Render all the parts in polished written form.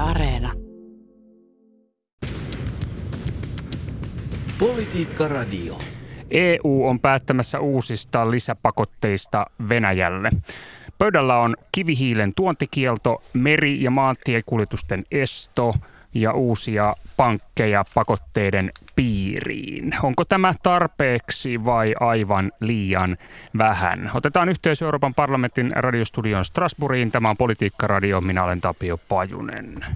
Areena. Politiikka Radio. EU on päättämässä uusista lisäpakotteista Venäjälle. Pöydällä on kivihiilen tuontikielto, meri- ja maantiekuljetusten esto ja uusia pankkeja pakotteiden piiriin. Onko tämä tarpeeksi vai aivan liian vähän? Otetaan yhteys Euroopan parlamentin radiostudion Strasbourgiin. Tämä on Politiikka Radio. Minä olen Tapio Pajunen.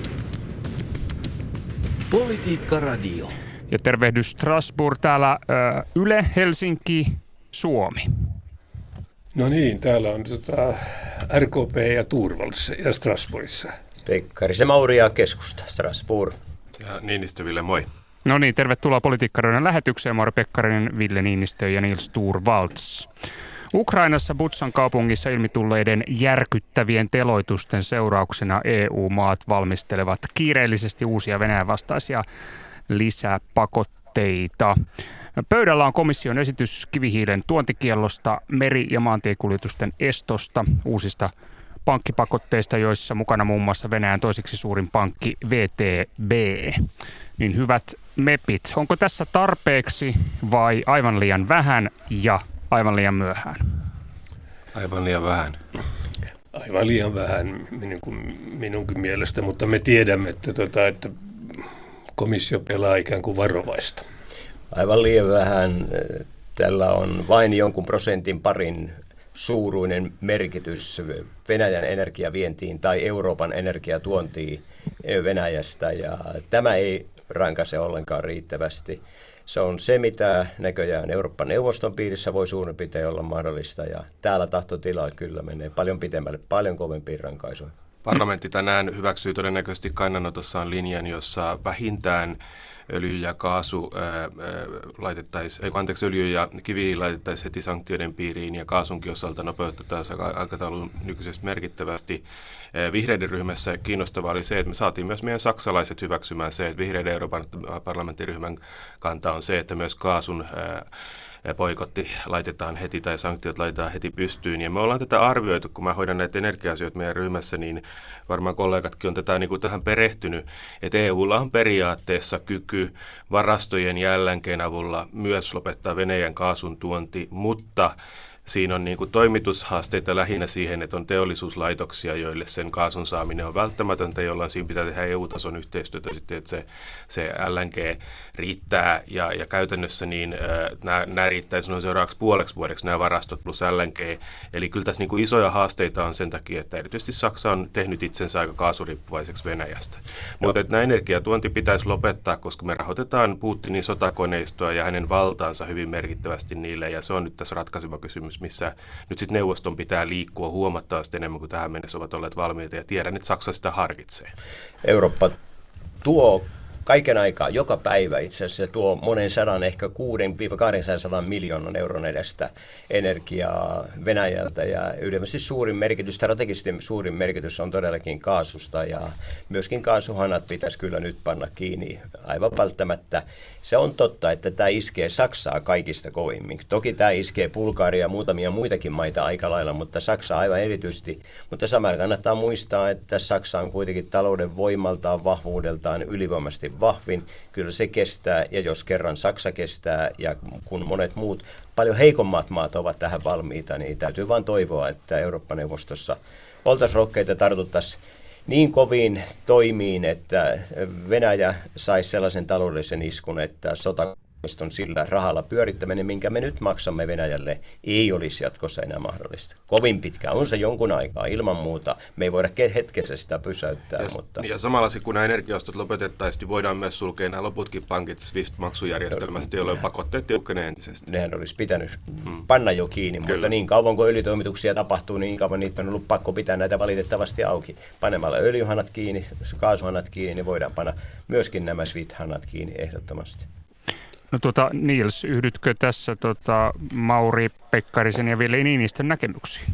Politiikka Radio. Ja tervehdys Strasbourg, täällä Yle, Helsinki, Suomi. No niin, täällä on RKP ja Thorvalds ja Strasbourgissa. Pekkarisen Mauri ja keskusta, Strasbourg. Ja Niinistö Ville, moi. No niin, tervetuloa Politiikka-radion lähetykseen. Mauri Pekkarinen, Ville Niinistö ja Niels Thorvalds. Ukrainassa Butsan kaupungissa ilmitulleiden järkyttävien teloitusten seurauksena EU-maat valmistelevat kiireellisesti uusia Venäjän vastaisia lisäpakotteita. Pöydällä on komission esitys kivihiilen tuontikiellosta, meri- ja maantiekuljetusten estosta, uusista pankkipakotteista, joissa mukana muun muassa Venäjän toiseksi suurin pankki VTB. Niin hyvät mepit, onko tässä tarpeeksi vai aivan liian vähän ja aivan liian myöhään? Aivan liian vähän. Aivan liian vähän minunkin mielestä, mutta me tiedämme, että komissio pelaa ikään kuin varovaista. Aivan liian vähän. Tällä on vain jonkun prosentin parin suuruinen merkitys Venäjän energiavientiin tai Euroopan energiatuontiin Venäjästä, ja tämä ei rankaise ollenkaan riittävästi. Se on se, mitä näköjään Euroopan neuvoston piirissä voi suurin piirtein olla mahdollista, ja täällä tahtotila kyllä menee paljon pitemmälle, paljon kovempiin rankaisuihin. Parlamentti tänään hyväksyy todennäköisesti kannanotossaan linjan, jossa vähintään öljy ja kaasu öljy ja kivihiili laitettaisiin heti sanktioiden piiriin, ja kaasunkin osalta nopeutetaan aikataulun nykyisestä merkittävästi. Vihreiden ryhmässä kiinnostavaa oli se, että me saatiin myös meidän saksalaiset hyväksymään se, että vihreiden Euroopan parlamenttiryhmän kanta on se, että myös kaasun boikotti laitetaan heti tai sanktiot laitetaan heti pystyyn. Ja me ollaan tätä arvioitu, kun mä hoidan näitä energia-asioita meidän ryhmässä, niin varmaan kollegatkin on tähän perehtynyt, että EUlla on periaatteessa kyky varastojen jällänkeen avulla myös lopettaa Venäjän kaasun tuonti, mutta siinä on toimitushaasteita lähinnä siihen, että on teollisuuslaitoksia, joille sen kaasun saaminen on välttämätöntä, jolloin siinä pitää tehdä EU-tason yhteistyötä sitten, että se LNG riittää, ja käytännössä nämä riittäisi noin seuraavaksi puoleksi vuodeksi nämä varastot plus LNG. Eli kyllä tässä isoja haasteita on sen takia, että erityisesti Saksa on tehnyt itsensä aika kaasuriippuvaiseksi Venäjästä. Mutta nämä energiatuonti pitäisi lopettaa, koska me rahoitetaan Putinin sotakoneistoa ja hänen valtaansa hyvin merkittävästi niille, ja se on nyt tässä ratkaiseva kysymys, missä nyt sitten neuvoston pitää liikkua huomattavasti enemmän kuin tähän mennessä ovat olleet valmiita, ja tiedän, että Saksa sitä harkitsee. Eurooppa tuo kaiken aikaa, joka päivä itse asiassa tuo monen sadan, ehkä 600–800 miljoonan euron edestä energiaa Venäjältä, ja yleisesti suurin merkitys, strategisesti suurin merkitys on todellakin kaasusta, ja myöskin kaasuhanat pitäisi kyllä nyt panna kiinni aivan välttämättä. Se on totta, että tämä iskee Saksaa kaikista kovimmin. Toki tämä iskee Bulgaria ja muutamia muitakin maita aika lailla, mutta Saksa aivan erityisesti. Mutta samalla kannattaa muistaa, että Saksa on kuitenkin talouden voimaltaan, vahvuudeltaan ylivoimaisesti vahvin. Kyllä se kestää, ja jos kerran Saksa kestää, ja kun monet muut paljon heikommat maat ovat tähän valmiita, niin täytyy vain toivoa, että Eurooppa-neuvostossa oltaisiin rohkeita, tartuttaisiin niin koviin toimiin, että Venäjä saisi sellaisen taloudellisen iskun, että sotakoneiston sillä rahalla pyörittäminen, minkä me nyt maksamme Venäjälle, ei olisi jatkossa enää mahdollista. Kovin pitkä on se jonkun aikaa, ilman muuta. Me ei voida hetkessä sitä pysäyttää. Ja samalla kun nämä energiaostot lopetettaisiin, niin voidaan myös sulkea nämä loputkin pankit SWIFT-maksujärjestelmästä, jolloin pakotteet tiukkenee entisesti. Nehän olisi pitänyt panna jo kiinni, Kyllä. Mutta niin kauan kuin öljytoimituksia tapahtuu, niin kauan niitä on ollut pakko pitää näitä valitettavasti auki. Panemalla öljyhanat kiinni, kaasuhanat kiinni, niin voidaan panna myöskin nämä SWIFT-hanat kiinni ehdottomasti. No Niels, yhdytkö tässä Mauri Pekkarisen ja Ville Niinistön näkemyksiin?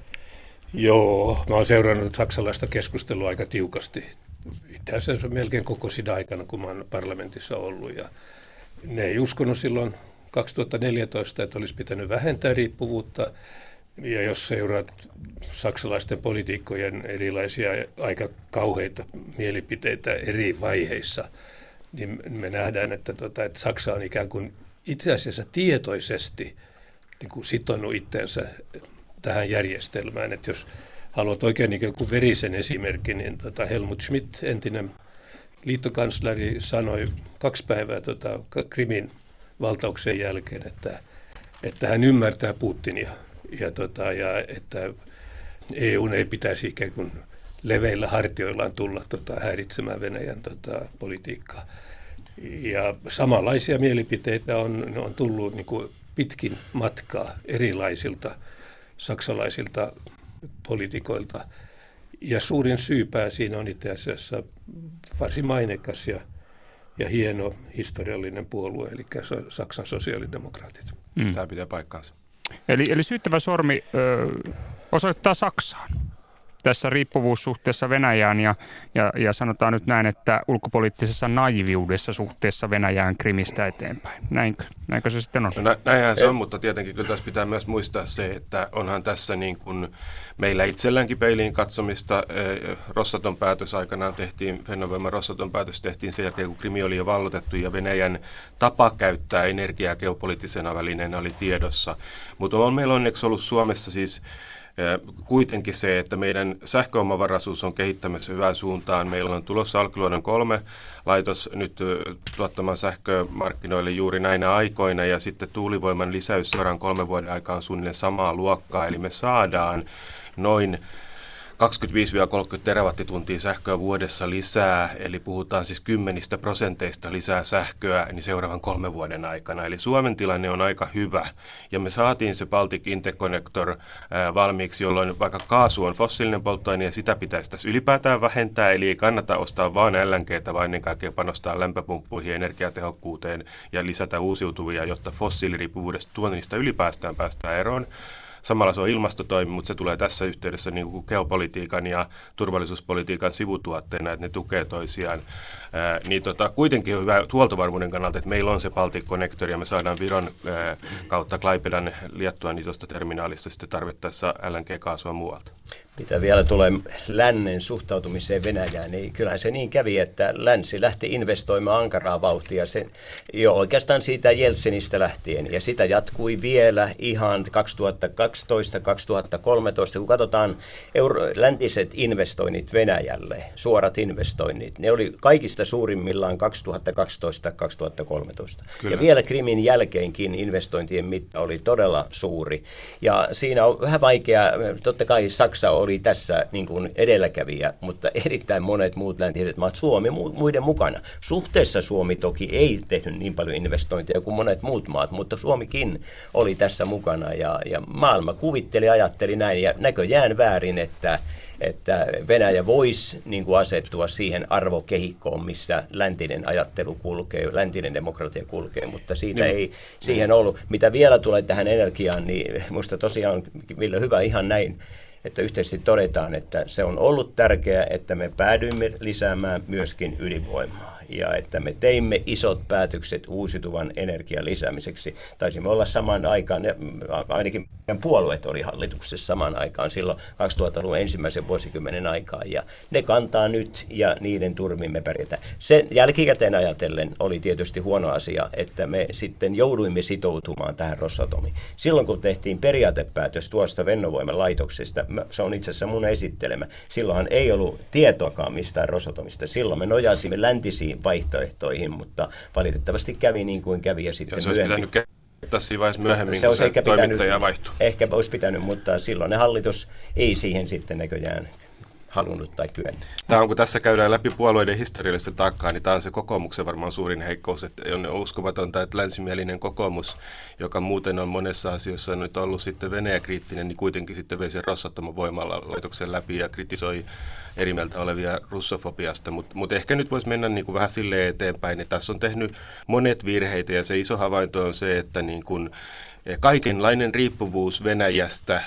Joo, mä oon seurannut saksalaista keskustelua aika tiukasti. Itse asiassa melkein koko sitä aikana, kun mä oon parlamentissa ollut. Ja ne ei uskonut silloin 2014, että olisi pitänyt vähentää riippuvuutta Ja jos seuraat saksalaisten poliitikkojen erilaisia aika kauheita mielipiteitä eri vaiheissa, niin me nähdään, että Saksa on ikään kuin itse asiassa tietoisesti niin kuin sitonut itsensä tähän järjestelmään. Että jos haluat oikein niin kuin verisen esimerkin, niin Helmut Schmidt, entinen liittokansleri, sanoi 2 päivää Krimin valtauksen jälkeen, että hän ymmärtää Putinia ja että EUn ei pitäisi ikään kuin leveillä hartioillaan tulla häiritsemään Venäjän politiikkaa. Ja samanlaisia mielipiteitä on tullut niin kuin pitkin matkaa erilaisilta saksalaisilta poliitikoilta. Ja suurin syypää siinä on itse asiassa varsin maineikas ja hieno historiallinen puolue, eli Saksan sosiaalidemokraatit. Tämä pitää paikkaansa. Eli syyttävä sormi osoittaa Saksaan tässä riippuvuussuhteessa Venäjään ja sanotaan nyt näin, että ulkopoliittisessa naiviudessa suhteessa Venäjään Krimistä eteenpäin. Näinkö se sitten on? No, näinhän se on, mutta tietenkin kyllä tässä pitää myös muistaa se, että onhan tässä niin kuin meillä itselläänkin peiliin katsomista. Rosatom päätös aikanaan tehtiin, Fennovoiman Rosatom päätös tehtiin sen jälkeen, kun Krimi oli jo valloitettu ja Venäjän tapa käyttää energiaa geopoliittisena välineenä oli tiedossa. Mutta on meillä onneksi ollut Suomessa siis kuitenkin se, että meidän sähköomavaraisuus on kehittämässä hyvään suuntaan. Meillä on tulossa Alkiluodon 3 laitos nyt tuottamaan sähkömarkkinoille juuri näinä aikoina, ja sitten tuulivoiman lisäys seuraan 3 vuoden aikaan on suunnilleen samaa luokkaa, eli me saadaan noin 25-30 terawattituntia sähköä vuodessa lisää, eli puhutaan siis 10% lisää sähköä niin seuraavan 3 vuoden aikana. Eli Suomen tilanne on aika hyvä, ja me saatiin se Baltic Interconnector valmiiksi, jolloin vaikka kaasu on fossiilinen polttoaine, ja sitä pitäisi tässä ylipäätään vähentää, eli ei kannata ostaa vain LNG:tä, vaan ennen kaikkea panostaa lämpöpumppuihin, energiatehokkuuteen ja lisätä uusiutuvia, jotta fossiiliriippuvuudesta tuonnista ylipäätään päästään eroon. Samalla se on ilmastotoimi, mutta se tulee tässä yhteydessä niin kuin geopolitiikan ja turvallisuuspolitiikan sivutuotteena, että ne tukee toisiaan. Kuitenkin on hyvä huoltovarmuuden kannalta, että meillä on se Baltic Connector ja me saadaan Viron kautta Klaipedan Liettuan isosta terminaalista sitten tarvittaessa LNG-kaasua muualta. Mitä vielä tulee lännen suhtautumiseen Venäjään, niin kyllähän se niin kävi, että länsi lähti investoimaan ankaraa vauhtia jo oikeastaan siitä Jeltsinistä lähtien. Ja sitä jatkui vielä ihan 2012-2013, kun katsotaan läntiset investoinnit Venäjälle, suorat investoinnit, ne oli kaikista suurimmillaan 2012-2013. Kyllä. Ja vielä Krimin jälkeenkin investointien mitta oli todella suuri. Ja siinä on vähän vaikea, totta kai Saksa oli tässä niin kuin edelläkävijä, mutta erittäin monet muut läntiset maat, Suomi muiden mukana. Suhteessa Suomi toki ei tehnyt niin paljon investointeja kuin monet muut maat, mutta Suomikin oli tässä mukana ja maailma ajatteli näin ja näköjään väärin, että Venäjä voisi niin kuin asettua siihen arvokehikkoon, missä läntinen ajattelu kulkee, läntinen demokratia kulkee, mutta siitä ei siihen ollut. Mitä vielä tulee tähän energiaan, niin minusta tosiaan Ville hyvä ihan näin, että yhteisesti todetaan, että se on ollut tärkeää, että me päädyimme lisäämään myöskin ydinvoimaa ja että me teimme isot päätökset uusiutuvan energian lisäämiseksi. Taisimme olla samaan aikaan, ainakin meidän puolueet oli hallituksessa samaan aikaan silloin 2000-luvun ensimmäisen vuosikymmenen aikaan ja ne kantaa nyt ja niiden turvin me pärjätään. Sen jälkikäteen ajatellen oli tietysti huono asia, että me sitten jouduimme sitoutumaan tähän Rosatomiin. Silloin kun tehtiin periaatepäätös tuosta Fennovoiman laitoksesta, se on itse asiassa mun esittelemä, silloinhan ei ollut tietoakaan mistään Rosatomista. Silloin me nojasimme läntisiin vaihtoehtoihin, mutta valitettavasti kävi niin kuin kävi ja sitten se olisi pitänyt tässä vaiheessa myöhemmin, kun se toimittaja vaihtui. Ehkä olisi pitänyt, mutta silloin hallitus ei siihen sitten näköjään halunnut tai kyennyt. Tämä on, kun tässä käydään läpi puolueiden historiallista taakkaa, niin tämä on se kokoomuksen varmaan suurin heikkous, että on uskomatonta, että länsimielinen kokoomus, joka muuten on monessa asiassa nyt ollut sitten Venäjä-kriittinen, niin kuitenkin sitten vei sen Rosatomon voimalaitoksen läpi ja kritisoi eri mieltä olevia russofobiasta, mutta ehkä nyt voisi mennä niin kuin vähän silleen eteenpäin, että tässä on tehnyt monet virheitä ja se iso havainto on se, että niin kuin kaikenlainen riippuvuus Venäjästä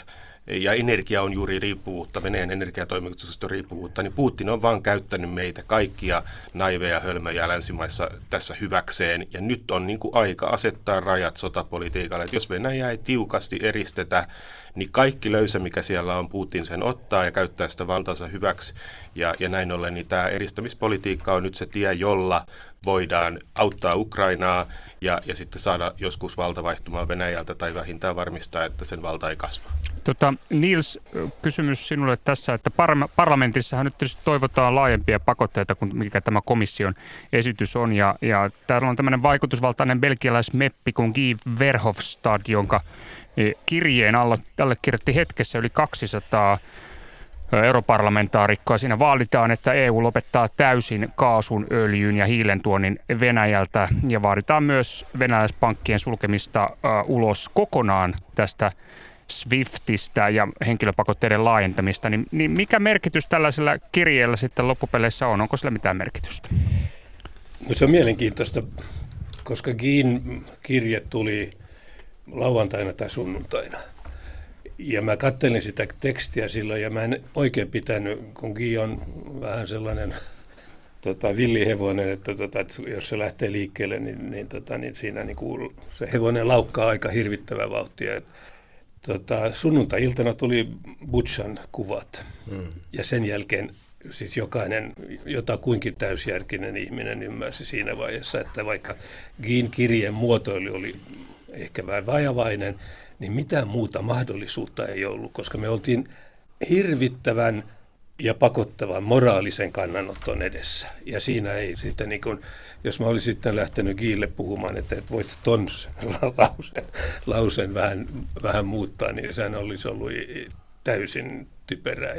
ja energia on juuri riippuvuutta, Venäjän energiatoimituksesta riippuvuutta, niin Putin on vaan käyttänyt meitä kaikkia naiveja hölmöjä länsimaissa tässä hyväkseen, ja nyt on niin kuin aika asettaa rajat sotapolitiikalle, että jos Venäjä ei tiukasti eristetä, niin kaikki löysä, mikä siellä on, Putin sen ottaa ja käyttää sitä valtansa hyväksi, ja näin ollen niin tämä eristämispolitiikka on nyt se tie, jolla voidaan auttaa Ukrainaa ja sitten saada joskus valta vaihtumaan Venäjältä tai vähintään varmistaa, että sen valta ei kasva. Niels, kysymys sinulle tässä, että parlamentissahan nyt tietysti toivotaan laajempia pakotteita kuin mikä tämä komission esitys on. Ja täällä on tämmöinen vaikutusvaltainen belgialaismeppi kuin Guy Verhofstadt, jonka kirjeen allekirjoitti hetkessä yli 200 europarlamentaarikkoa. Siinä vaaditaan, että EU lopettaa täysin kaasun, öljyn ja hiilen tuonnin Venäjältä ja vaaditaan myös venäläispankkien sulkemista ulos kokonaan tästä SWIFTistä ja henkilöpakotteiden laajentamista. Niin mikä merkitys tällaisella kirjeellä sitten loppupeleissä on? Onko sillä mitään merkitystä? No se on mielenkiintoista, koska Guyn kirje tuli lauantaina tai sunnuntaina. Ja mä kattelin sitä tekstiä silloin ja mä en oikein pitänyt, kun Guy on vähän sellainen villihevonen, että jos se lähtee liikkeelle, niin siinä niin kuin se hevonen laukkaa aika hirvittävää vauhtia. Sunnuntai-iltana tuli Butšan kuvat ja sen jälkeen siis jokainen jotakuinkin täysjärkinen ihminen ymmärsi siinä vaiheessa, että vaikka Guyn kirjeen muotoilu oli ehkä vähän vajavainen, niin mitään muuta mahdollisuutta ei ollut, koska me oltiin hirvittävän ja pakottavan moraalisen kannanoton edessä. Ja siinä ei sitten, niin kun, jos mä olisin sitten lähtenyt Guylle puhumaan, että voit ton lauseen vähän muuttaa, niin sehän olisi ollut täysin typerää.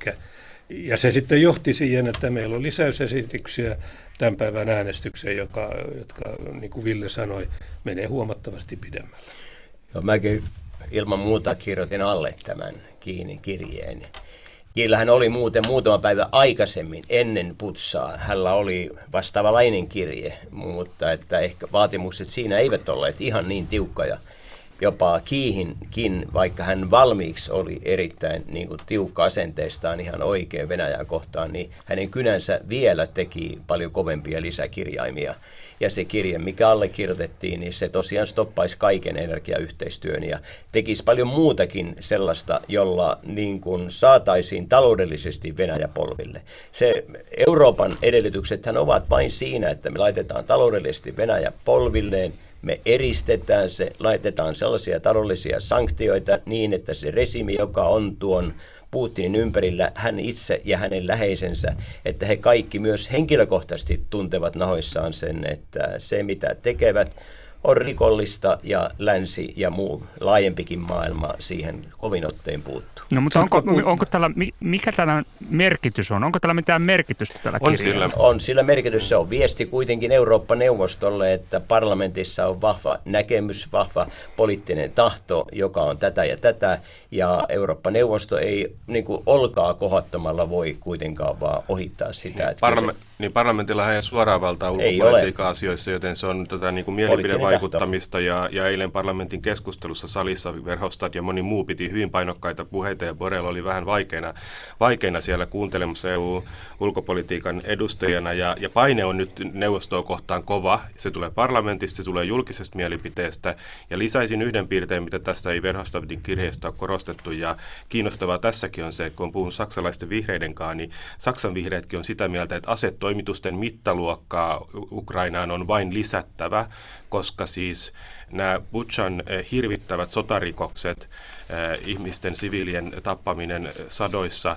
Ja se sitten johti siihen, että meillä on lisäysesityksiä tämän päivän äänestykseen, jotka niin kuin Ville sanoi, menee huomattavasti pidemmälle. Joo, mäkin ilman muuta kirjoitin alle tämän Guyn kirjeen. Guyllähän oli muuten muutama päivä aikaisemmin ennen Butšaa. Hänellä oli vastaavalainen kirje, mutta että ehkä vaatimukset siinä eivät olleet ihan niin tiukkoja. Jopa Guyhinkin, vaikka hän valmiiksi oli erittäin niin kuin tiukka asenteestaan ihan oikein Venäjää kohtaan, niin hänen kynänsä vielä teki paljon kovempia lisäkirjaimia. Ja se kirje, mikä allekirjoitettiin, niin se tosiaan stoppaisi kaiken energiayhteistyön ja tekisi paljon muutakin sellaista, jolla niin kuin saataisiin taloudellisesti Venäjä polville. Se Euroopan edellytyksethän ovat vain siinä, että me laitetaan taloudellisesti Venäjä polvilleen, me eristetään se, laitetaan sellaisia taloudellisia sanktioita niin, että se regiimi, joka on tuon Putinin ympärillä, hän itse ja hänen läheisensä, että he kaikki myös henkilökohtaisesti tuntevat nahoissaan sen, että se mitä tekevät on rikollista ja länsi ja muu laajempikin maailma siihen kovin ottein puuttuu. No mutta onko tällä, mikä tällä merkitys on? Onko tällä mitään merkitystä tällä kirjalla? On sillä merkitys. Se on viesti kuitenkin Eurooppa-neuvostolle, että parlamentissa on vahva näkemys, vahva poliittinen tahto, joka on tätä ja tätä. Ja Eurooppa-neuvosto ei niin kuin olkaa kohottamalla voi kuitenkaan vaan ohittaa sitä. Niin parlamentillahan ei suoraan valtaa ulkopolitiikan asioissa, joten se on niin kuin mielipidevaikuttamista. Ja eilen parlamentin keskustelussa salissa Verhofstadt ja moni muu piti hyvin painokkaita puheita ja Borrell oli vähän vaikeina siellä kuuntelemassa EU-ulkopolitiikan edustajana. Ja paine on nyt neuvostoa kohtaan kova. Se tulee parlamentista, se tulee julkisesta mielipiteestä. Ja lisäisin yhden piirteen, mitä tästä ei Verhofstadtin kirjeestä ole korostettu. Ja kiinnostavaa tässäkin on se, että kun on puhunut saksalaisten vihreidenkaan, niin Saksan vihreätkin on sitä mieltä, että asetoimitusten mittaluokkaa Ukrainaan on vain lisättävä, koska siis nämä Butšan hirvittävät sotarikokset, ihmisten siviilien tappaminen sadoissa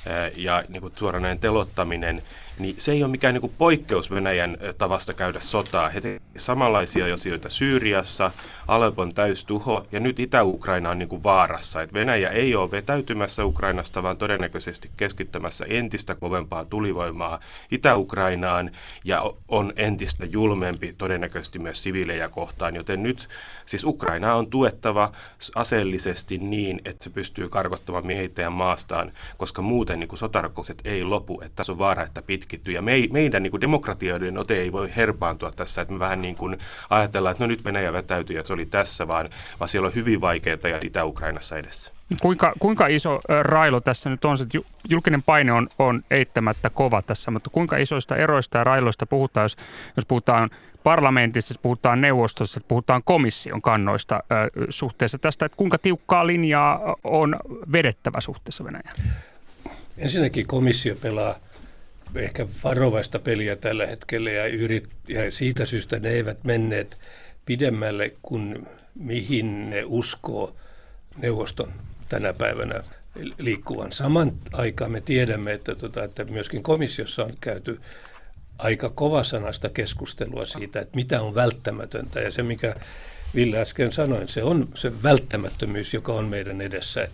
ja niin kuin suoranainen telottaminen, niin se ei ole mikään niin kuin poikkeus Venäjän tavasta käydä sotaa. He tekevät samanlaisia asioita Syyriassa, Aleppon täystuho ja nyt Itä-Ukraina on niin kuin vaarassa. Et Venäjä ei ole vetäytymässä Ukrainasta, vaan todennäköisesti keskittämässä entistä kovempaa tulivoimaa Itä-Ukrainaan ja on entistä julmempi todennäköisesti myös siviilejä kohtaan. Joten nyt siis Ukraina on tuettava aseellisesti niin, että se pystyy karkottamaan miehittäjän maastaan, koska muuten niin kuin sotarikokset ei lopu. Että tässä on vaara, että pitkittyy. Ja meidän niin kuin demokratioiden ote ei voi herpaantua tässä, että me vähän niin kuin ajatellaan, että no nyt Venäjä vetäytyy ja se oli tässä, vaan siellä on hyvin vaikeaa ja Itä-Ukrainassa edessä. Kuinka iso railo tässä nyt on? Julkinen paine on eittämättä kova tässä, mutta kuinka isoista eroista ja railoista puhutaan, jos puhutaan parlamentissa, puhutaan neuvostossa, puhutaan komission kannoista suhteessa tästä, että kuinka tiukkaa linjaa on vedettävä suhteessa Venäjään? Ensinnäkin komissio pelaa ehkä varovaista peliä tällä hetkellä ja siitä syystä ne eivät menneet pidemmälle kuin mihin ne uskoo neuvoston tänä päivänä liikkuvan. Saman aikaan me tiedämme, että myöskin komissiossa on käyty aika kovasanasta keskustelua siitä, että mitä on välttämätöntä. Ja se, mikä Ville äsken sanoin, se on se välttämättömyys, joka on meidän edessä.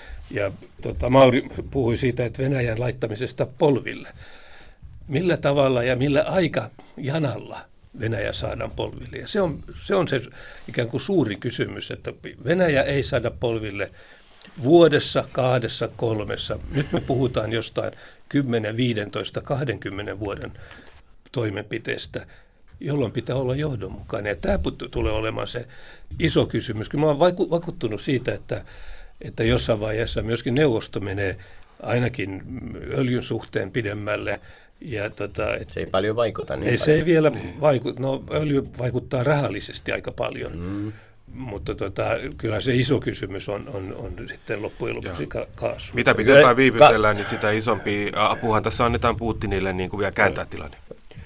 Mauri puhui siitä, että Venäjän laittamisesta polville. Millä tavalla ja millä aikajanalla Venäjä saadaan polville? Ja se on se ikään kuin suuri kysymys, että Venäjä ei saada polville vuodessa, 2, 3. Nyt me puhutaan jostain 10, 15, 20 vuoden toimenpiteestä, jolloin pitää olla johdonmukainen. Ja tämä tulee olemaan se iso kysymys. Kyllä mä olen vakuuttunut siitä, että jossain vaiheessa myöskin neuvosto menee ainakin öljyn suhteen pidemmälle. Se ei paljon vaikuta niin paljon. Se ei vielä vaikuta. No, öljy vaikuttaa rahallisesti aika paljon, mutta kyllä se iso kysymys on sitten loppujen lopuksi kaasu. Mitä pitempään viivytellään, niin sitä isompi apuhan tässä annetaan Putinille niin kuin vielä kääntää tilanne.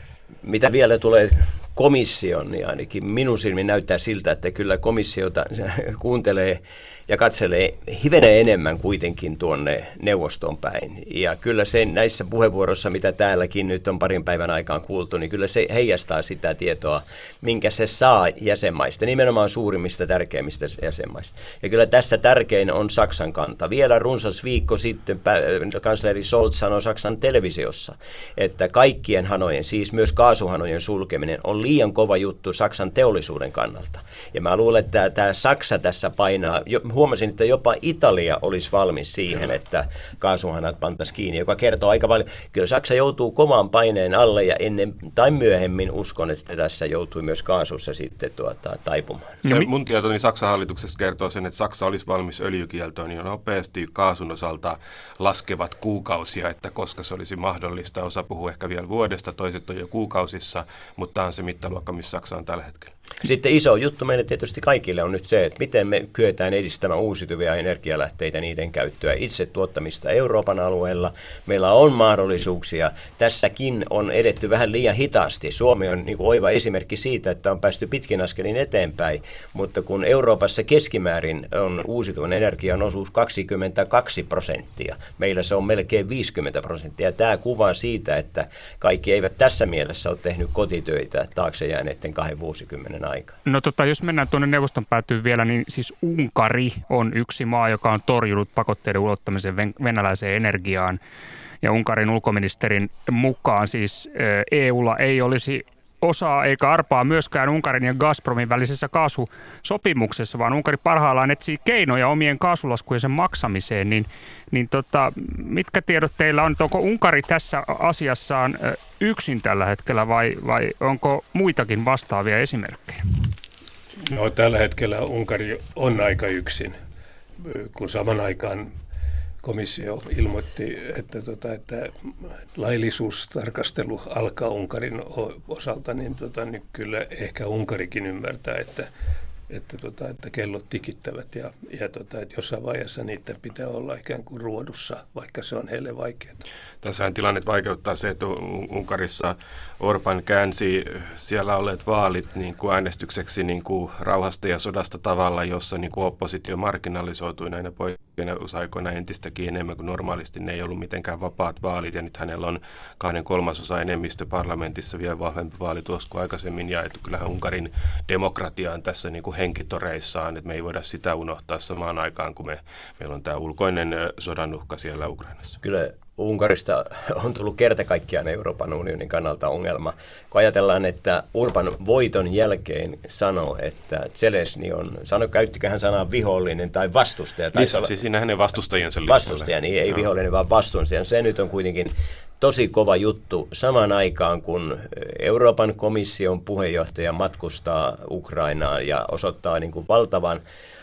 Mitä vielä tulee komission, niin ainakin minun silmin näyttää siltä, että kyllä komissiota kuuntelee ja katselee hivenen enemmän kuitenkin tuonne neuvostoon päin. Ja kyllä se näissä puheenvuoroissa, mitä täälläkin nyt on parin päivän aikaan kuultu, niin kyllä se heijastaa sitä tietoa, minkä se saa jäsenmaista, nimenomaan suurimmista tärkeimmistä jäsenmaista. Ja kyllä tässä tärkein on Saksan kanta. Vielä runsas viikko sitten kansleri Scholz sanoi Saksan televisiossa, että kaikkien hanojen, siis myös kaasuhanojen sulkeminen on liian kova juttu Saksan teollisuuden kannalta. Ja mä luulen, että tämä Saksa tässä painaa. Huomasin, että jopa Italia olisi valmis siihen, että kaasuhanat pantaisiin kiinni, joka kertoo aika paljon. Kyllä Saksa joutuu kovan paineen alle ja ennen tai myöhemmin uskon, että tässä joutui myös kaasussa sitten taipumaan. Se mun tietoni Saksan hallituksesta kertoo sen, että Saksa olisi valmis öljykieltoon niin nopeasti kaasun osalta laskevat kuukausia, että koska se olisi mahdollista. Osa puhuu ehkä vielä vuodesta, toiset on jo kuukausissa, mutta tämä on se mittaluokka, missä Saksa on tällä hetkellä. Sitten iso juttu meille tietysti kaikille on nyt se, että miten me kyetään edistämään uusiutuvia energialähteitä, niiden käyttöä, itse tuottamista Euroopan alueella. Meillä on mahdollisuuksia. Tässäkin on edetty vähän liian hitaasti. Suomi on niin kuin oiva esimerkki siitä, että on päästy pitkin askelin eteenpäin, mutta kun Euroopassa keskimäärin on uusiutuvan energian osuus 22%, meillä se on melkein 50%. Tämä kuvaa siitä, että kaikki eivät tässä mielessä ole tehnyt kotitöitä taakse jääneiden 2 vuosikymmenen aikaa. No jos mennään tuonne neuvoston päätyyn vielä, niin siis Unkari on yksi maa, joka on torjunut pakotteiden ulottamisen venäläiseen energiaan. Ja Unkarin ulkoministerin mukaan siis EUlla ei olisi osaa eikä arpaa myöskään Unkarin ja Gazpromin välisessä kaasusopimuksessa, vaan Unkari parhaillaan etsii keinoja omien kaasulaskujen sen maksamiseen. Mitkä tiedot teillä on? Onko Unkari tässä asiassaan yksin tällä hetkellä vai onko muitakin vastaavia esimerkkejä? No, tällä hetkellä Unkari on aika yksin, kun saman aikaan komissio ilmoitti, että laillisuustarkastelu alkaa Unkarin osalta, niin kyllä ehkä Unkarikin ymmärtää, että kellot tikittävät ja että jossain vaiheessa niiden pitää olla ikään kuin ruodussa, vaikka se on heille vaikeaa. Tässähän tilanne vaikeuttaa se, että Unkarissa Orban käänsi siellä olleet vaalit niin kuin äänestykseksi niin kuin rauhasta ja sodasta tavalla, jossa niin kuin oppositio marginalisoitui näinä poikkeusaikoina entistäkin enemmän kuin normaalisti. Ne ei ollut mitenkään vapaat vaalit ja nyt hänellä on 2/3 enemmistö parlamentissa vielä vahvempi vaalitulos kuin aikaisemmin ja että kyllähän Unkarin demokratia on tässä niin kuin henkitoreissaan, että me ei voida sitä unohtaa samaan aikaan, kun meillä on tämä ulkoinen sodan uhka siellä Ukrainassa. Kyllä Unkarista on tullut kerta kaikkiaan Euroopan unionin kannalta ongelma. Kun ajatellaan, että Urban voiton jälkeen sanoi, että Zelensky on, käyttikö hän sanaa vihollinen tai vastustaja? Lisäksi siinä hänen vastustajiensa listalla. Vastustaja, niin ei vihollinen, vaan vastustaja. Se nyt on kuitenkin tosi kova juttu samaan aikaan, kun Euroopan komission puheenjohtaja matkustaa Ukrainaan ja osoittaa niin kuin valtavan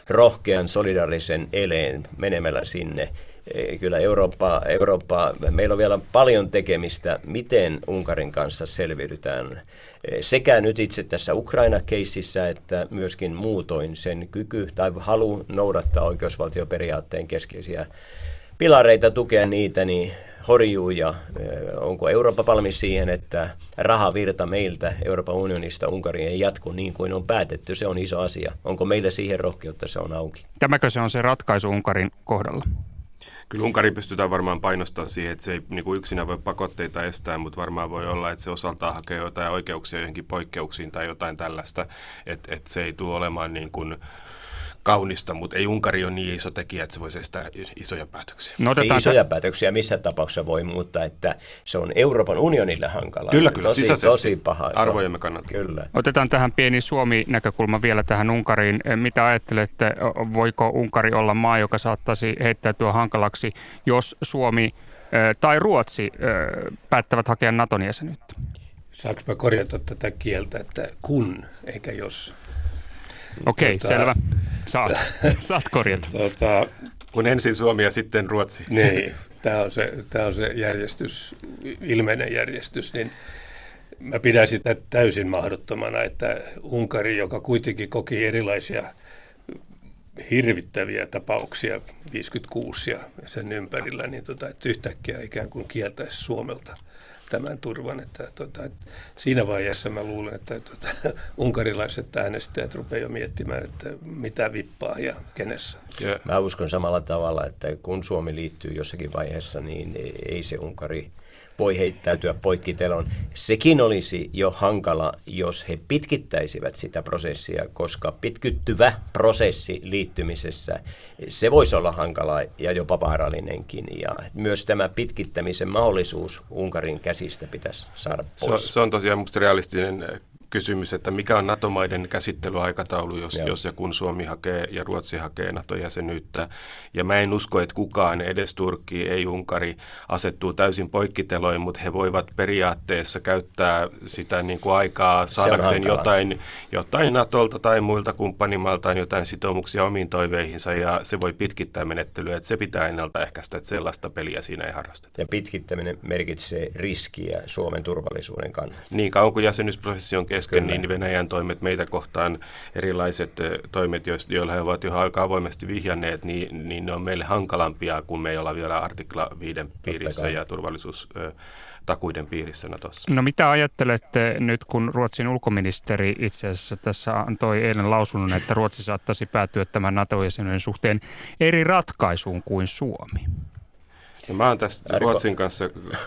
rohkean solidaarisen eleen menemällä sinne. Kyllä Eurooppa, meillä on vielä paljon tekemistä, miten Unkarin kanssa selviydytään sekä nyt itse tässä Ukraina-keississä, että myöskin muutoin sen kyky tai halu noudattaa oikeusvaltioperiaatteen keskeisiä pilareita, tukea niitä, niin horjuu, ja onko Eurooppa valmis siihen, että rahavirta meiltä Euroopan unionista Unkariin ei jatku niin kuin on päätetty, se on iso asia. Onko meillä siihen rohkeutta, se on auki. Tämäkö se on se ratkaisu Unkarin kohdalla? Kyllä Unkari pystytään varmaan painostamaan siihen, että se ei niin kuin yksinään voi pakotteita estää, mutta varmaan voi olla, että se osaltaan hakee jotain oikeuksia johonkin poikkeuksiin tai jotain tällaista, että se ei tule olemaan niin kuin kaunista, mutta ei Unkari ole niin iso tekijä, että se voisi estää isoja päätöksiä. No, ei isoja päätöksiä missä tapauksessa voi, mutta että se on Euroopan unionille hankala. Kyllä, tosi paha. Arvojemme kannalta. Kyllä. Otetaan tähän pieni Suomi-näkökulma vielä tähän Unkariin. Mitä ajattelette, voiko Unkari olla maa, joka saattaisi heittäytyä hankalaksi, jos Suomi tai Ruotsi päättävät hakea Naton jäsenyyttä? Saanko mä korjata tätä kieltä, että kun eikä jos? Okei, selvä. Saat korjata. Kun ensin Suomi ja sitten Ruotsi. Niin, tämä on se järjestys, ilmeinen järjestys, niin mä pidän sitä täysin mahdottomana, että Unkari, joka kuitenkin koki erilaisia hirvittäviä tapauksia 56 ja sen ympärillä, niin että yhtäkkiä ikään kuin kieltäisi Suomelta tämän turvan. Että siinä vaiheessa mä luulen, että unkarilaiset äänestäjät rupeaa jo miettimään, että mitä vippaa ja kenessä. Yeah. Mä uskon samalla tavalla, että kun Suomi liittyy jossakin vaiheessa, niin ei se Unkari voi heittäytyä poikkitelon. Sekin olisi jo hankala, jos he pitkittäisivät sitä prosessia, koska pitkittyvä prosessi liittymisessä, se voisi olla hankala ja jopa vaarallinenkin. Ja myös tämä pitkittämisen mahdollisuus Unkarin käsistä pitäisi saada pois. Se on tosiaan musta realistinen kysymys, että mikä on NATO-maiden käsittelyaikataulu, jos ja kun Suomi hakee ja Ruotsi hakee NATO-jäsenyyttä. Ja mä en usko, että kukaan, edes Turkki, ei Unkari, asettuu täysin poikkiteloin, mutta he voivat periaatteessa käyttää sitä niin kuin aikaa saadakseen jotain NATOlta tai muilta kumppanimaltaan jotain sitoumuksia omiin toiveihinsa, ja se voi pitkittää menettelyä, että se pitää ennaltaehkäistä, että sellaista peliä siinä ei harrasteta. Ja pitkittäminen merkitsee riskiä Suomen turvallisuuden kannalta. Niin kauan kuin jäsenyysprosessi on kesken, niin Venäjän toimet meitä kohtaan, erilaiset toimet, joilla he ovat jo aika avoimesti vihjanneet, niin ne on meille hankalampia, kun me ei olla vielä artikla 5 piirissä ja turvallisuustakuiden piirissä Natossa. No mitä ajattelette nyt, kun Ruotsin ulkoministeri itse asiassa tässä antoi eilen lausunnon, että Ruotsi saattaisi päätyä tämän NATO-jäsenyyden suhteen eri ratkaisuun kuin Suomi? No mä oon tässä Ruotsin kanssa,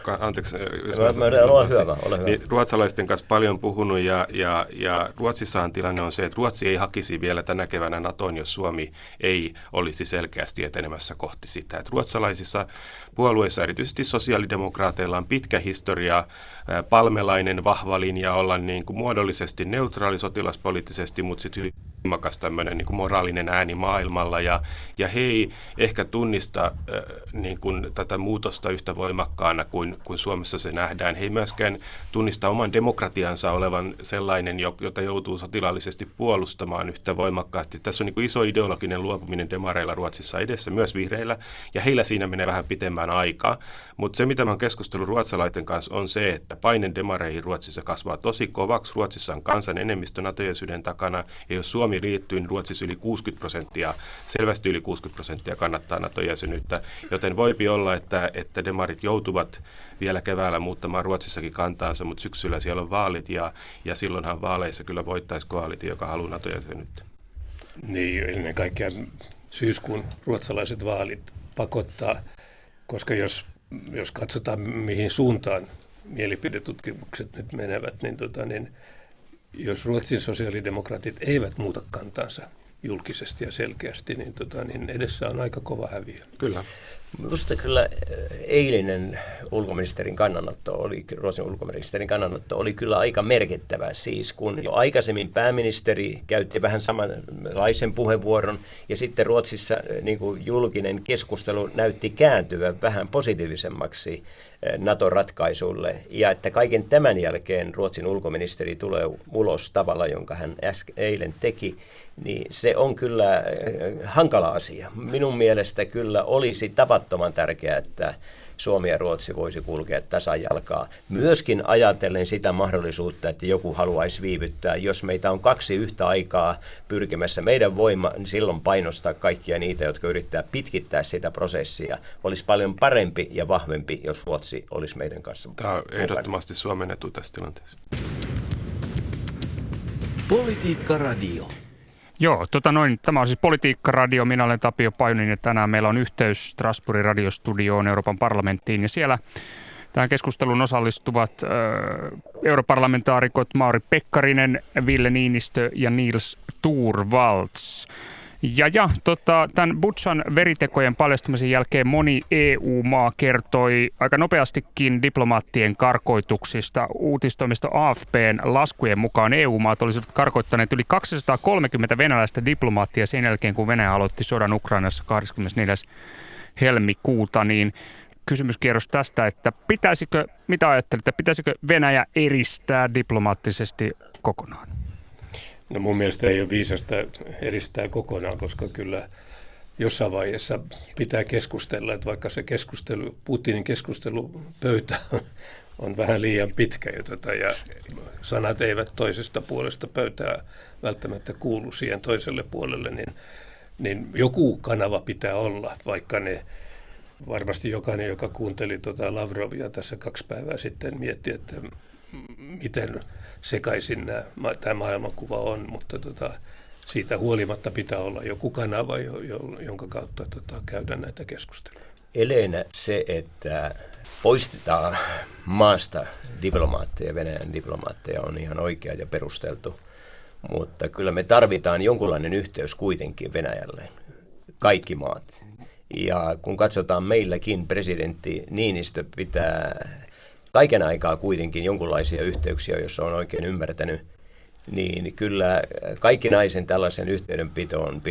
niin ruotsalaisten kanssa paljon puhunut ja Ruotsissahan tilanne on se, että Ruotsi ei hakisi vielä tänä keväänä NATOon, jos Suomi ei olisi selkeästi etenemässä kohti sitä. Että ruotsalaisissa puolueissa, erityisesti sosiaalidemokraateilla, on pitkä historia, palmelainen vahva linja olla niin kuin muodollisesti neutraali sotilaspoliittisesti, mutta sitten hyvin voimakas tämmöinen niin kuin moraalinen ääni maailmalla, ja he ei ehkä tunnista niin kuin tätä muutosta yhtä voimakkaana kuin Suomessa se nähdään. He ei myöskään tunnista oman demokratiansa olevan sellainen, jota joutuu sotilaallisesti puolustamaan yhtä voimakkaasti. Tässä on niin kuin iso ideologinen luopuminen demareilla Ruotsissa edessä, myös vihreillä, ja heillä siinä menee vähän pitemmän aikaa. Mutta se, mitä mä oon keskustellut ruotsalaisten kanssa, on se, että paine demareihin Ruotsissa kasvaa tosi kovaksi. Ruotsissa on kansan enemmistö NATO-jäsenyyden takana, ja jos Suomi liittyy, niin Ruotsissa yli 60%, selvästi yli 60% kannattaa NATO-jäsenyyttä, joten voipi olla, että demarit joutuvat vielä keväällä muuttamaan Ruotsissakin kantaansa, mutta syksyllä siellä on vaalit, ja silloinhan vaaleissa kyllä voittaisi koalitio, joka haluaa NATO-jäsenyyttä. Niin, ennen kaikkea syyskuun ruotsalaiset vaalit pakottaa, koska jos katsotaan mihin suuntaan mielipidetutkimukset nyt menevät, niin jos Ruotsin sosiaalidemokraatit eivät muuta kantansa julkisesti ja selkeästi, niin edessä on aika kova häviö. Kyllä. Minusta kyllä eilinen ulkoministerin kannanotto Ruotsin ulkoministerin kannanotto oli kyllä aika merkittävä. Siis kun jo aikaisemmin pääministeri käytti vähän samanlaisen puheenvuoron ja sitten Ruotsissa niin kuin julkinen keskustelu näytti kääntyvän vähän positiivisemmaksi NATO-ratkaisulle. Ja että kaiken tämän jälkeen Ruotsin ulkoministeri tulee ulos tavalla, jonka hän eilen teki, niin se on kyllä hankala asia. Minun mielestä kyllä olisi tavattoman tärkeää, että Suomi ja Ruotsi voisi kulkea tasajalkaa. Myöskin ajatellen sitä mahdollisuutta, että joku haluaisi viivyttää. Jos meitä on kaksi yhtä aikaa pyrkimässä meidän voima, niin silloin painostaa kaikkia niitä, jotka yrittää pitkittää sitä prosessia. Olisi paljon parempi ja vahvempi, jos Ruotsi olisi meidän kanssa. Tämä on ehdottomasti Suomen etu tässä tilanteessa. Politiikka Radio. Joo, tämä on siis Politiikka-radio. Minä olen Tapio Pajunen ja tänään meillä on yhteys Strasbourgin radiostudioon Euroopan parlamenttiin. Ja siellä tähän keskusteluun osallistuvat europarlamentaarikot Mauri Pekkarinen, Ville Niinistö ja Niels Torvalds. Tämän Butšan veritekojen paljastumisen jälkeen moni EU-maa kertoi aika nopeastikin diplomaattien karkoituksista. Uutistoimisto AFP:n laskujen mukaan EU-maat olisivat karkoittaneet yli 230 venäläistä diplomaattia sen jälkeen, kun Venäjä aloitti sodan Ukrainassa 24. helmikuuta. Niin kysymyskierros tästä, että mitä ajattelette, pitäisikö Venäjä eristää diplomaattisesti kokonaan? No mun mielestä ei ole viisasta eristää kokonaan, koska kyllä jossain vaiheessa pitää keskustella, että vaikka se Putinin keskustelupöytä on vähän liian pitkä ja sanat eivät toisesta puolesta pöytää välttämättä kuulu siihen toiselle puolelle, niin joku kanava pitää olla, vaikka ne varmasti jokainen, joka kuunteli Lavrovia tässä 2 päivää sitten, mietti, että miten sekaisin tämä maailmankuva on, mutta siitä huolimatta pitää olla joku kanava, jonka kautta käydään näitä keskusteluja. Eleenä se, että poistetaan maasta diplomaatteja, Venäjän diplomaatteja on ihan oikea ja perusteltu, mutta kyllä me tarvitaan jonkunlainen yhteys kuitenkin Venäjälle, kaikki maat. Ja kun katsotaan meilläkin, presidentti Niinistö pitää kaiken aikaa kuitenkin jonkunlaisia yhteyksiä, jos on oikein ymmärtänyt, niin kyllä kaikkinaisen tällaisen yhteydenpidon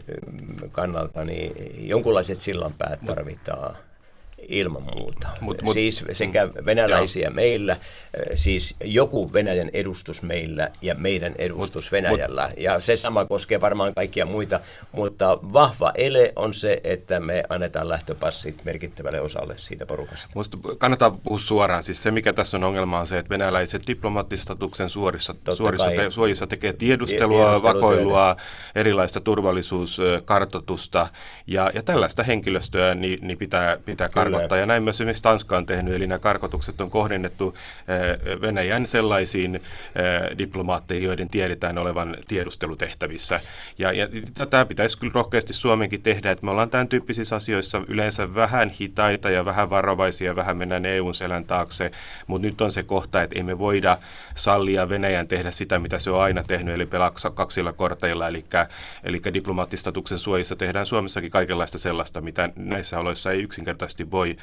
kannalta niin jonkunlaiset sillanpäät tarvitaan ilman muuta. Siis sekä venäläisiä meillä, siis joku Venäjän edustus meillä ja meidän edustus Venäjällä. Ja se sama koskee varmaan kaikkia muita, mutta vahva ele on se, että me annetaan lähtöpassit merkittävälle osalle siitä porukasta. Minusta kannattaa puhua suoraan. Siis se, mikä tässä on ongelma, on se, että venäläiset diplomaattistatuksen suojissa tekee tiedustelua, vakoilua, erilaista turvallisuuskartoitusta ja tällaista henkilöstöä niin pitää karkottaa. Ja näin myös esimerkiksi Tanska on tehnyt, eli nämä karkotukset on kohdennettu Venäjän sellaisiin diplomaatteihin, joiden tiedetään olevan tiedustelutehtävissä. Ja tätä pitäisi kyllä rohkeasti Suomenkin tehdä, että me ollaan tämän tyyppisissä asioissa yleensä vähän hitaita ja vähän varovaisia, vähän mennään EUn selän taakse, mutta nyt on se kohta, että ei me voida sallia Venäjän tehdä sitä, mitä se on aina tehnyt, eli pelaa kaksilla korteilla, eli diplomaattistatuksen suojissa tehdään Suomessakin kaikenlaista sellaista, mitä näissä oloissa ei yksinkertaisesti voi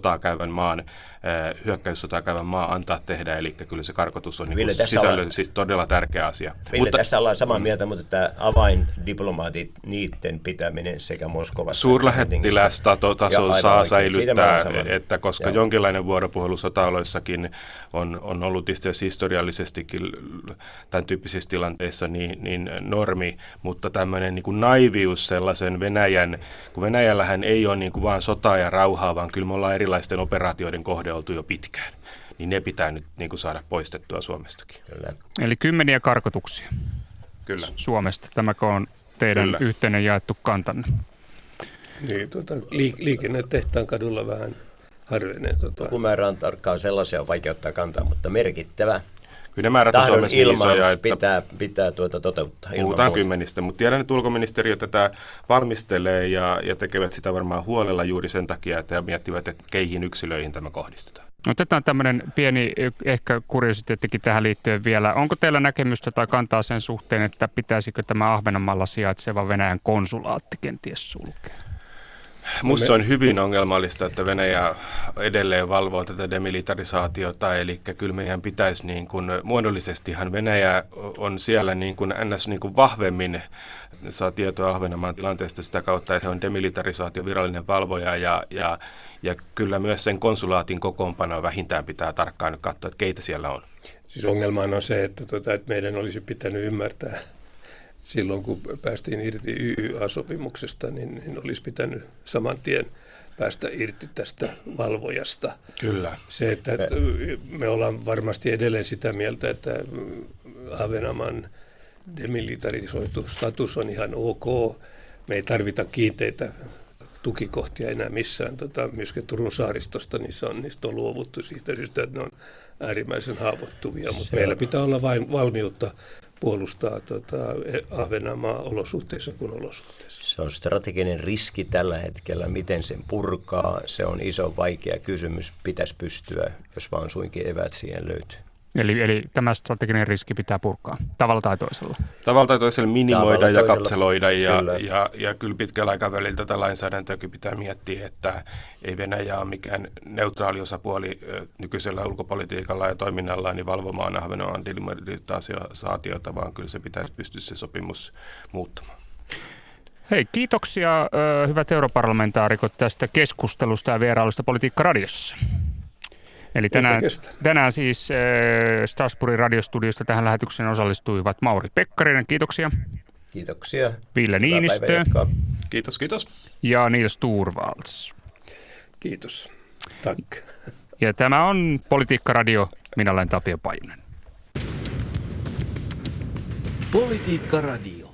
hyökkäyssotaa käyvän maan antaa tehdä, eli kyllä se karkotus on sisällöllisesti todella tärkeä asia. Ville, tästä ollaan samaa mieltä, mutta tämä avaindiplomaatit, niiden pitäminen sekä Moskovassa. Suurlähettilästaso saa säilyttää, että koska jonkinlainen vuoropuhelu sota-oloissakin on ollut itse asiassa historiallisestikin tämän tyyppisissä tilanteissa niin normi, mutta tämmöinen niin kuin naivius sellaisen kun Venäjällähän ei ole niin kuin vaan sotaa ja rauhaa, vaan kyllä me ollaan erilaisten operaatioiden kohde oltu jo pitkään, niin ne pitää nyt niin kuin saada poistettua Suomestakin. Kyllä. Eli 10 karkotuksia Kyllä. Suomesta. Tämäkö on teidän yhteinen jaettu kantanne? Niin, liikenne tehtaan kadulla vähän harvenee. Lukumäärä on tarkkaan sellaisia, on vaikea ottaa kantaa, mutta merkittävä. Kyllä ne määrät on Suomessa niin isoja, että pitää toteuttaa. Puhutaan 10, mutta tiedän, että ulkoministeriö tätä valmistelee ja tekevät sitä varmaan huolella juuri sen takia, että he miettivät, että keihin yksilöihin tämä kohdistetaan. Otetaan tämmöinen pieni ehkä kuriositeettikin tähän liittyen vielä. Onko teillä näkemystä tai kantaa sen suhteen, että pitäisikö tämä Ahvenanmaalla sijaitseva Venäjän konsulaatti kenties sulkea? Musta se on hyvin ongelmallista, että Venäjä edelleen valvoo tätä demilitarisaatiota, eli kyllä meidän pitäisi, niin kuin, muodollisestihan Venäjä on siellä niin kuin ns. Niin kuin vahvemmin, saa tietoa Ahvenanmaan tilanteesta sitä kautta, että he on demilitarisaation virallinen valvoja, ja kyllä myös sen konsulaatin kokoonpano vähintään pitää tarkkaan nyt katsoa, että keitä siellä on. Siis ongelmahan on se, että meidän olisi pitänyt ymmärtää silloin, kun päästiin irti YYA-sopimuksesta, niin olisi pitänyt saman tien päästä irti tästä valvojasta. Kyllä. Se, että me ollaan varmasti edelleen sitä mieltä, että Ahvenanmaan demilitarisoitu status on ihan ok. Me ei tarvita kiinteitä tukikohtia enää missään. Myöskin Turun saaristosta niistä on luovuttu siitä syystä, että ne on äärimmäisen haavoittuvia, mutta meillä pitää olla vain valmiutta puolustaa Ahvenanmaa olosuhteissa kuin olosuhteissa. Se on strateginen riski tällä hetkellä, miten sen purkaa. Se on iso, vaikea kysymys. Pitäisi pystyä, jos vaan suinkin eväät siihen löytyy. Eli tämä strateginen riski pitää purkaa tavalla tai toisella. Tavalla tai toisella minimoida ja kapseloida, ja kyllä pitkällä aikavälillä tätä lainsäädäntöäkin pitää miettiä, että ei Venäjä ole mikään neutraali osapuoli nykyisellä ulkopolitiikalla ja toiminnalla niin valvomaan Ahvenanmaan demilitarisaatiota, vaan kyllä se pitäisi pystyä se sopimus muuttamaan. Hei, kiitoksia hyvät europarlamentaarikot tästä keskustelusta ja vierailusta Politiikka Radiossa. Eli tänään siis Strasbourgin radiostudiosta tähän lähetykseen osallistuivat Mauri Pekkarinen, kiitoksia. Kiitoksia. Ville Niinistö. Kiitos. Ja Niels Torvalds. Kiitos. Tack. Ja tämä on Politiikka Radio. Minä olen Tapio Pajunen. Politiikka Radio.